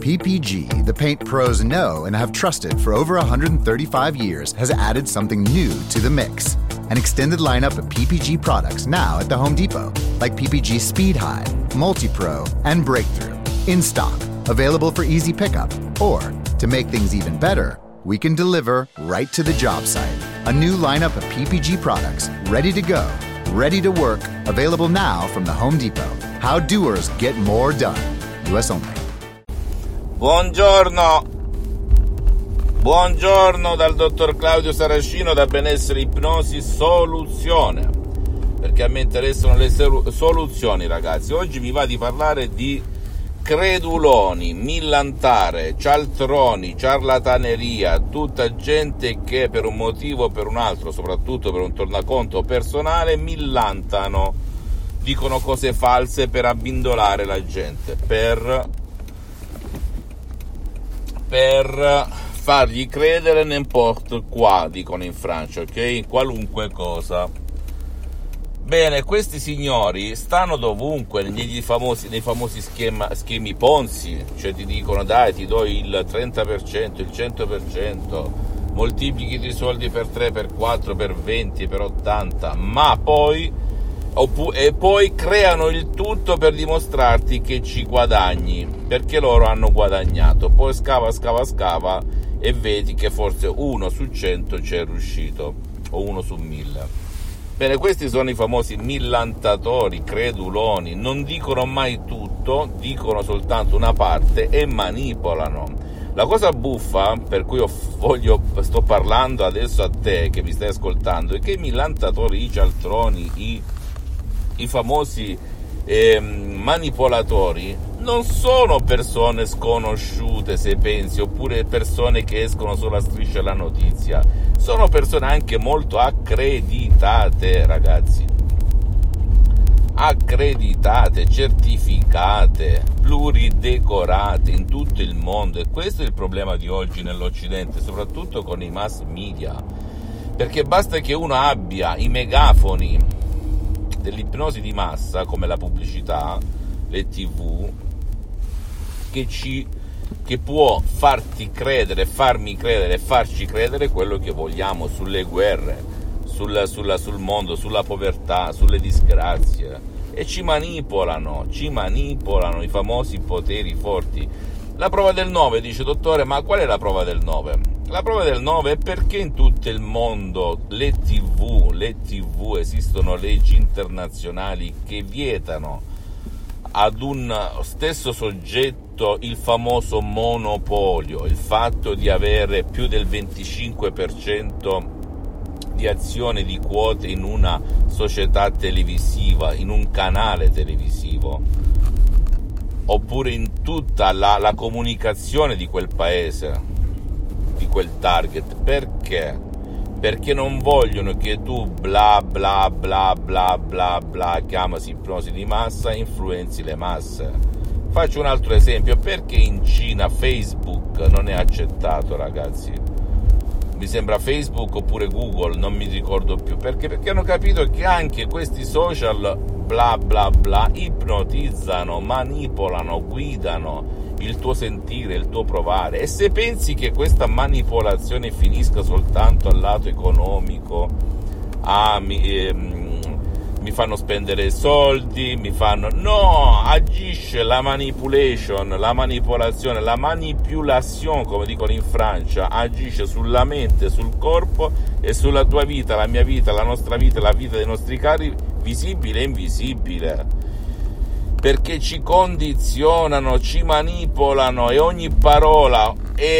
PPG, the paint pros know and have trusted for over 135 years, has added something new to the mix. An extended lineup of PPG products now at the Home Depot, like PPG Speed High, Multi-Pro, and Breakthrough. In stock, available for easy pickup, or, to make things even better, we can deliver right to the job site. A new lineup of PPG products, ready to go, ready to work, available now from the Home Depot. How doers get more done. US only. Buongiorno dal dottor Claudio Saracino da Benessere Ipnosi Soluzione, perché a me interessano le soluzioni, ragazzi. Oggi mi va di parlare di creduloni, millantare, cialtroni, ciarlataneria, tutta gente che per un motivo o per un altro, soprattutto per un tornaconto personale, millantano, dicono cose false per abbindolare la gente, per fargli credere n'importe quoi, dicono in Francia, ok? Qualunque cosa. Bene, questi signori stanno dovunque, nei famosi schemi Ponzi, cioè ti dicono dai, ti do il 30%, il 100%, moltiplichi i soldi per 3, per 4, per 20, per 80, ma poi creano il tutto per dimostrarti che ci guadagni, perché loro hanno guadagnato. Poi scava e vedi che forse 1 su 100 c'è riuscito, o 1 su 1000. Bene, questi sono i famosi millantatori, creduloni, non dicono mai tutto, dicono soltanto una parte e manipolano. La cosa buffa, per cui sto parlando adesso a te che mi stai ascoltando, è che i millantatori, i cialtroni, i famosi manipolatori non sono persone sconosciute, se pensi, oppure persone che escono sulla Striscia della Notizia. Sono persone anche molto accreditate, ragazzi, accreditate, certificate, pluridecorate in tutto il mondo. E questo è il problema di oggi nell'Occidente, soprattutto con i mass media, perché basta che uno abbia i megafoni dell'ipnosi di massa, come la pubblicità, le TV, che può farmi credere, farci credere quello che vogliamo sulle guerre, sul mondo, sulla povertà, sulle disgrazie, e ci manipolano i famosi poteri forti. La prova del 9, dice dottore, ma qual è la prova del 9? La prova del 9 è perché in tutto il mondo le TV esistono leggi internazionali che vietano ad un stesso soggetto il famoso monopolio, il fatto di avere più del 25% di azione di quote in una società televisiva, in un canale televisivo, oppure in tutta la comunicazione di quel paese, di quel target. Perché? Perché non vogliono che tu bla bla bla bla bla bla, chiamasi ipnosi di massa, influenzi le masse. Faccio un altro esempio: perché in Cina Facebook non è accettato, ragazzi? Mi sembra Facebook oppure Google, non mi ricordo più. Perché hanno capito che anche questi social bla bla bla ipnotizzano, manipolano, guidano il tuo sentire, il tuo provare. E se pensi che questa manipolazione finisca soltanto al lato economico, mi fanno spendere soldi, no, agisce la manipulation, la manipolazione, la manipulation, come dicono in Francia, agisce sulla mente, sul corpo e sulla tua vita, la mia vita, la nostra vita, la vita dei nostri cari, visibile e invisibile. Perché ci condizionano, ci manipolano, e ogni parola,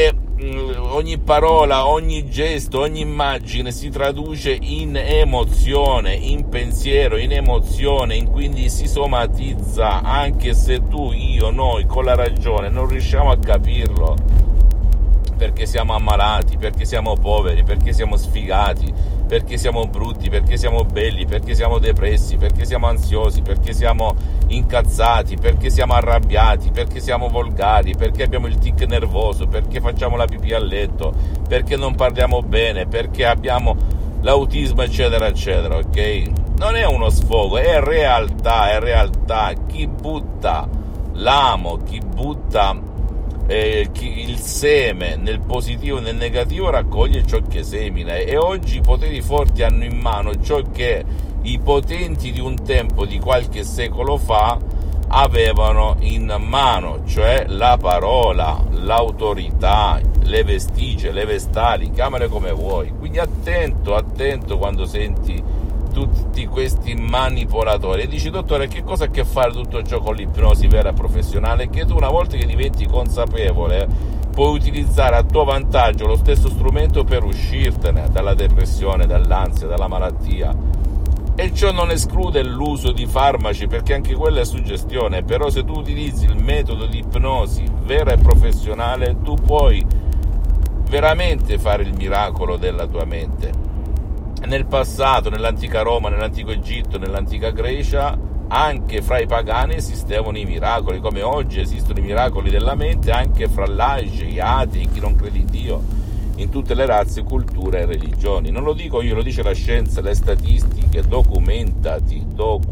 ogni gesto, ogni immagine si traduce in emozione, in pensiero, in emozione, quindi si somatizza, anche se tu, io, noi con la ragione non riusciamo a capirlo, perché siamo ammalati, perché siamo poveri, perché siamo sfigati, perché siamo brutti, perché siamo belli, perché siamo depressi, perché siamo ansiosi, perché siamo incazzati, perché siamo arrabbiati, perché siamo volgari, perché abbiamo il tic nervoso, perché facciamo la pipì a letto, perché non parliamo bene, perché abbiamo l'autismo, eccetera eccetera, ok? Non è uno sfogo, è realtà. Chi butta l'amo, chi butta il seme nel positivo e nel negativo raccoglie ciò che semina, e oggi i poteri forti hanno in mano ciò che i potenti di un tempo, di qualche secolo fa, avevano in mano, cioè la parola, l'autorità, le vestigie, le vestali, chiamale come vuoi. Quindi attento quando senti tutti questi manipolatori e dici: dottore, che cosa ha a che fare tutto ciò con l'ipnosi vera e professionale? Che tu, una volta che diventi consapevole, puoi utilizzare a tuo vantaggio lo stesso strumento per uscirtene dalla depressione, dall'ansia, dalla malattia. E ciò non esclude l'uso di farmaci, perché anche quella è suggestione. Però se tu utilizzi il metodo di ipnosi vera e professionale, tu puoi veramente fare il miracolo della tua mente. Nel passato, nell'antica Roma, nell'antico Egitto, nell'antica Grecia, anche fra i pagani esistevano i miracoli, come oggi esistono i miracoli della mente anche fra laici, gli atei, chi non crede in Dio, in tutte le razze, culture e religioni. Non lo dico io, lo dice la scienza, le statistiche. Documentati.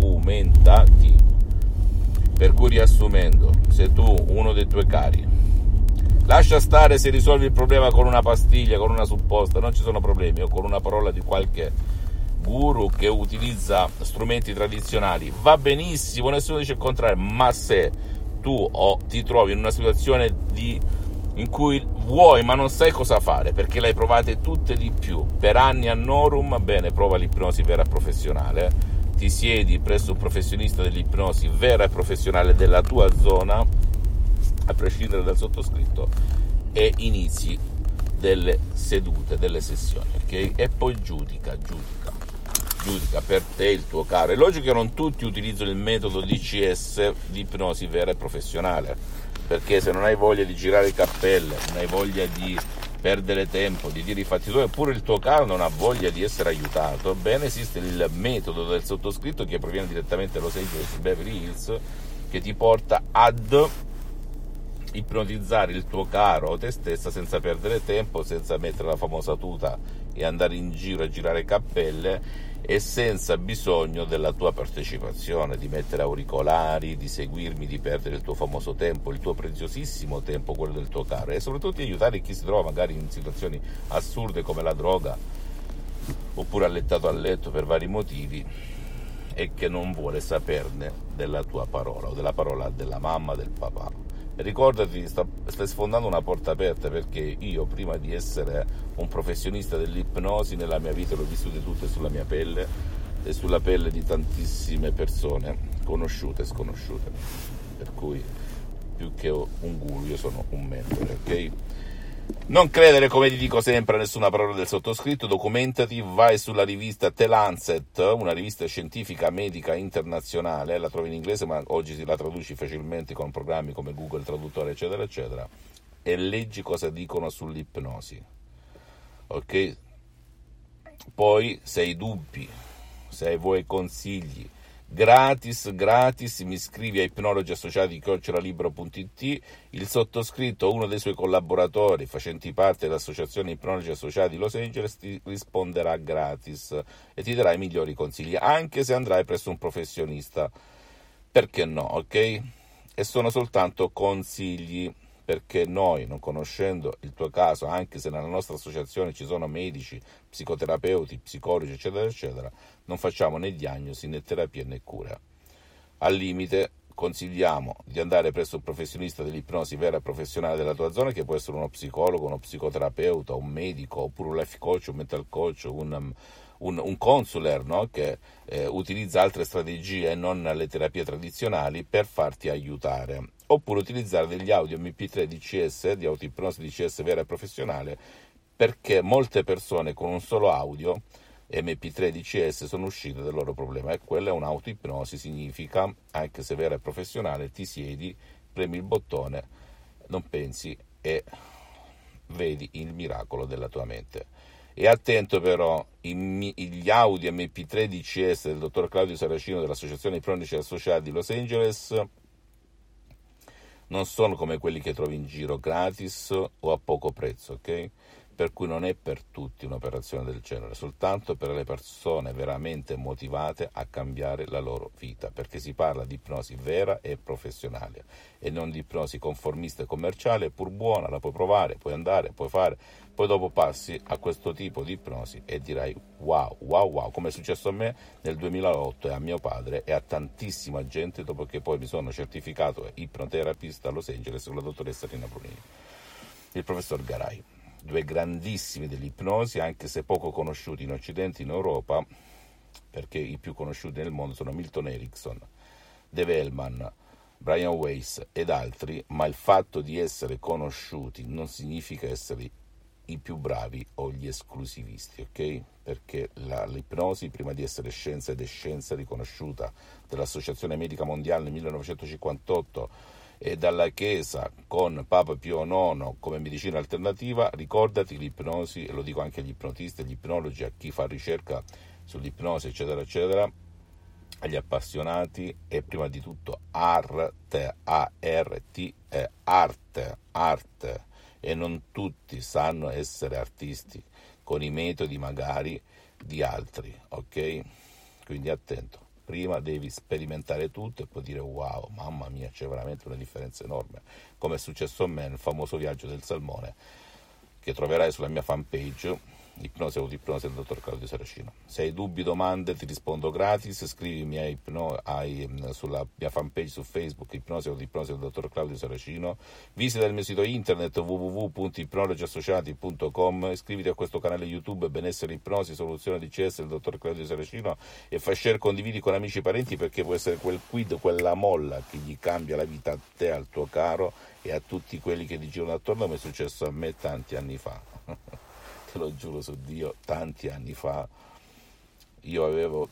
Per cui, riassumendo, se tu, uno dei tuoi cari, lascia stare se risolvi il problema con una pastiglia, con una supposta, non ci sono problemi, o con una parola di qualche guru che utilizza strumenti tradizionali, va benissimo, nessuno dice il contrario. Ma se tu ti trovi in una situazione in cui vuoi ma non sai cosa fare, perché le hai provate tutte di più per anni a norum, bene, prova l'ipnosi vera e professionale, ti siedi presso un professionista dell'ipnosi vera e professionale della tua zona, a prescindere dal sottoscritto, e inizi delle sedute, delle sessioni, ok? E poi giudica per te il tuo caro. È logico che non tutti utilizzano il metodo DCS di ipnosi vera e professionale, perché se non hai voglia di girare il cappelle, non hai voglia di perdere tempo, di dire i fatti tuoi, eppure il tuo caro non ha voglia di essere aiutato, bene, esiste il metodo del sottoscritto che proviene direttamente da Los Angeles, Beverly Hills, che ti porta ad ipnotizzare il tuo caro o te stessa senza perdere tempo, senza mettere la famosa tuta e andare in giro a girare cappelle, e senza bisogno della tua partecipazione, di mettere auricolari, di seguirmi, di perdere il tuo famoso tempo, il tuo preziosissimo tempo, quello del tuo caro, e soprattutto di aiutare chi si trova magari in situazioni assurde come la droga, oppure allettato a letto per vari motivi, e che non vuole saperne della tua parola o della parola della mamma, del papà. E ricordati, stai sfondando una porta aperta, perché io, prima di essere un professionista dell'ipnosi, nella mia vita l'ho vissute tutte sulla mia pelle e sulla pelle di tantissime persone, conosciute e sconosciute. Per cui, più che un guru, io sono un mentore, ok? Non credere, come ti dico sempre, a nessuna parola del sottoscritto, documentati, vai sulla rivista The Lancet, una rivista scientifica medica internazionale, la trovi in inglese ma oggi la traduci facilmente con programmi come Google Traduttore eccetera eccetera, e leggi cosa dicono sull'ipnosi, ok? Poi, se hai dubbi, se vuoi consigli, gratis, mi iscrivi a ipnologiassociati@libero.it. Il sottoscritto, uno dei suoi collaboratori facenti parte dell'associazione Ipnologi Associati Los Angeles, ti risponderà gratis e ti darà i migliori consigli, anche se andrai presso un professionista, perché no, ok? E sono soltanto consigli, perché noi, non conoscendo il tuo caso, anche se nella nostra associazione ci sono medici, psicoterapeuti, psicologi eccetera eccetera, non facciamo né diagnosi né terapia né cura. Al limite consigliamo di andare presso un professionista dell'ipnosi vera e professionale della tua zona, che può essere uno psicologo, uno psicoterapeuta, un medico, oppure un life coach, un mental coach, un consuler, no? Che utilizza altre strategie e non le terapie tradizionali per farti aiutare. Oppure utilizzare degli audio MP3 DCS, di autoipnosi DCS vera e professionale, perché molte persone con un solo audio MP3 DCS sono uscite dal loro problema, e quella è un'autoipnosi, significa, anche se vera e professionale, ti siedi, premi il bottone, non pensi e vedi il miracolo della tua mente. E attento però, gli audio MP3 DCS del dottor Claudio Saracino dell'Associazione Ipnotici Associati di Los Angeles non sono come quelli che trovi in giro gratis o a poco prezzo, ok? per cui non è per tutti un'operazione del genere, soltanto per le persone veramente motivate a cambiare la loro vita, perché si parla di ipnosi vera e professionale e non di ipnosi conformista e commerciale. È pur buona, la puoi provare, puoi andare, puoi fare, poi dopo passi a questo tipo di ipnosi e dirai wow, come è successo a me nel 2008 e a mio padre e a tantissima gente, dopo che poi mi sono certificato ipnoterapista a Los Angeles con la dottoressa Rina Brunini, il professor Garay. Due grandissimi dell'ipnosi, anche se poco conosciuti in Occidente e in Europa, perché i più conosciuti nel mondo sono Milton Erickson, Dave Hellman, Brian Weiss ed altri, ma il fatto di essere conosciuti non significa essere i più bravi o gli esclusivisti, ok? Perché l'ipnosi, prima di essere scienza, ed è scienza riconosciuta dall'Associazione Medica Mondiale nel 1958 e dalla Chiesa con Papa Pio IX come medicina alternativa. Ricordati, l'ipnosi, e lo dico anche agli ipnotisti, agli ipnologi, a chi fa ricerca sull'ipnosi, eccetera, eccetera, agli appassionati, è prima di tutto arte, A-R-T-E, arte, e non tutti sanno essere artisti con i metodi magari di altri, ok? Quindi attento. Prima devi sperimentare tutto e poi dire wow, mamma mia, c'è veramente una differenza enorme, come è successo a me nel famoso viaggio del salmone, che troverai sulla mia fanpage, Ipnosi e Autoipnosi del dottor Claudio Saracino. Se hai dubbi, domande, ti rispondo gratis, scrivimi sulla mia fanpage su Facebook, Ipnosi e Autoipnosi del dottor Claudio Saracino, visita il mio sito internet www.ipnologiassociati.com, iscriviti a questo canale YouTube Benessere Ipnosi, Soluzione DCS del dottor Claudio Saracino e fai share, condividi con amici e parenti, perché può essere quel quid, quella molla che gli cambia la vita a te, al tuo caro e a tutti quelli che ti girano attorno, come è successo a me tanti anni fa. Te lo giuro su Dio, tanti anni fa io avevo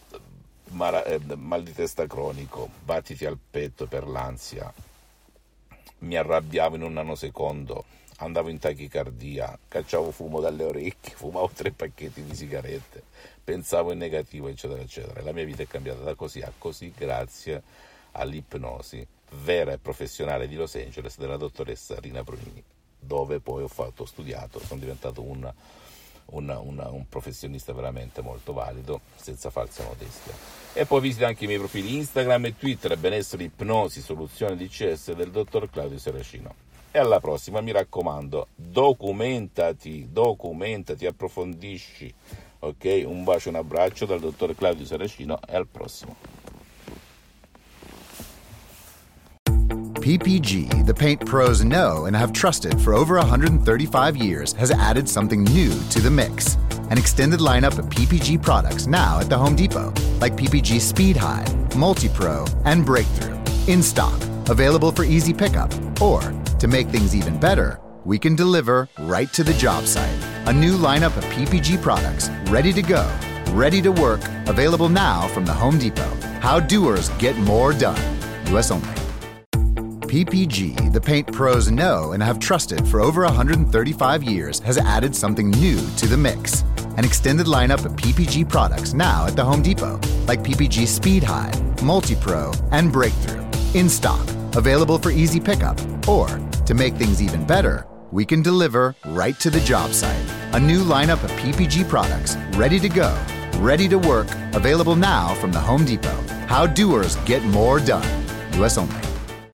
mal di testa cronico, battiti al petto per l'ansia, mi arrabbiavo in un nanosecondo, andavo in tachicardia, cacciavo fumo dalle orecchie, fumavo 3 pacchetti di sigarette, pensavo in negativo, eccetera, eccetera. La mia vita è cambiata da così a così grazie all'ipnosi vera e professionale di Los Angeles della dottoressa Rina Brunini, dove poi ho studiato, sono diventato un professionista veramente molto valido, senza falsa modestia. E poi visita anche i miei profili Instagram e Twitter, Benessere Ipnosi, Soluzione DCS del dottor Claudio Saracino. E alla prossima, mi raccomando, documentati, approfondisci, ok? Un bacio, un abbraccio dal dottor Claudio Saracino e al prossimo. PPG, the paint pros know and have trusted for over 135 years, has added something new to the mix. An extended lineup of PPG products now at the Home Depot, like PPG Speed High, Multi-Pro, and Breakthrough. In stock, available for easy pickup. Or, to make things even better, we can deliver right to the job site. A new lineup of PPG products, ready to go, ready to work, available now from the Home Depot. How doers get more done. US only. PPG, the paint pros know and have trusted for over 135 years, has added something new to the mix. An extended lineup of PPG products now at the Home Depot, like PPG Speed High, Multi-Pro, and Breakthrough. In stock, available for easy pickup. Or, to make things even better, we can deliver right to the job site. A new lineup of PPG products, ready to go, ready to work, available now from the Home Depot. How doers get more done. US only.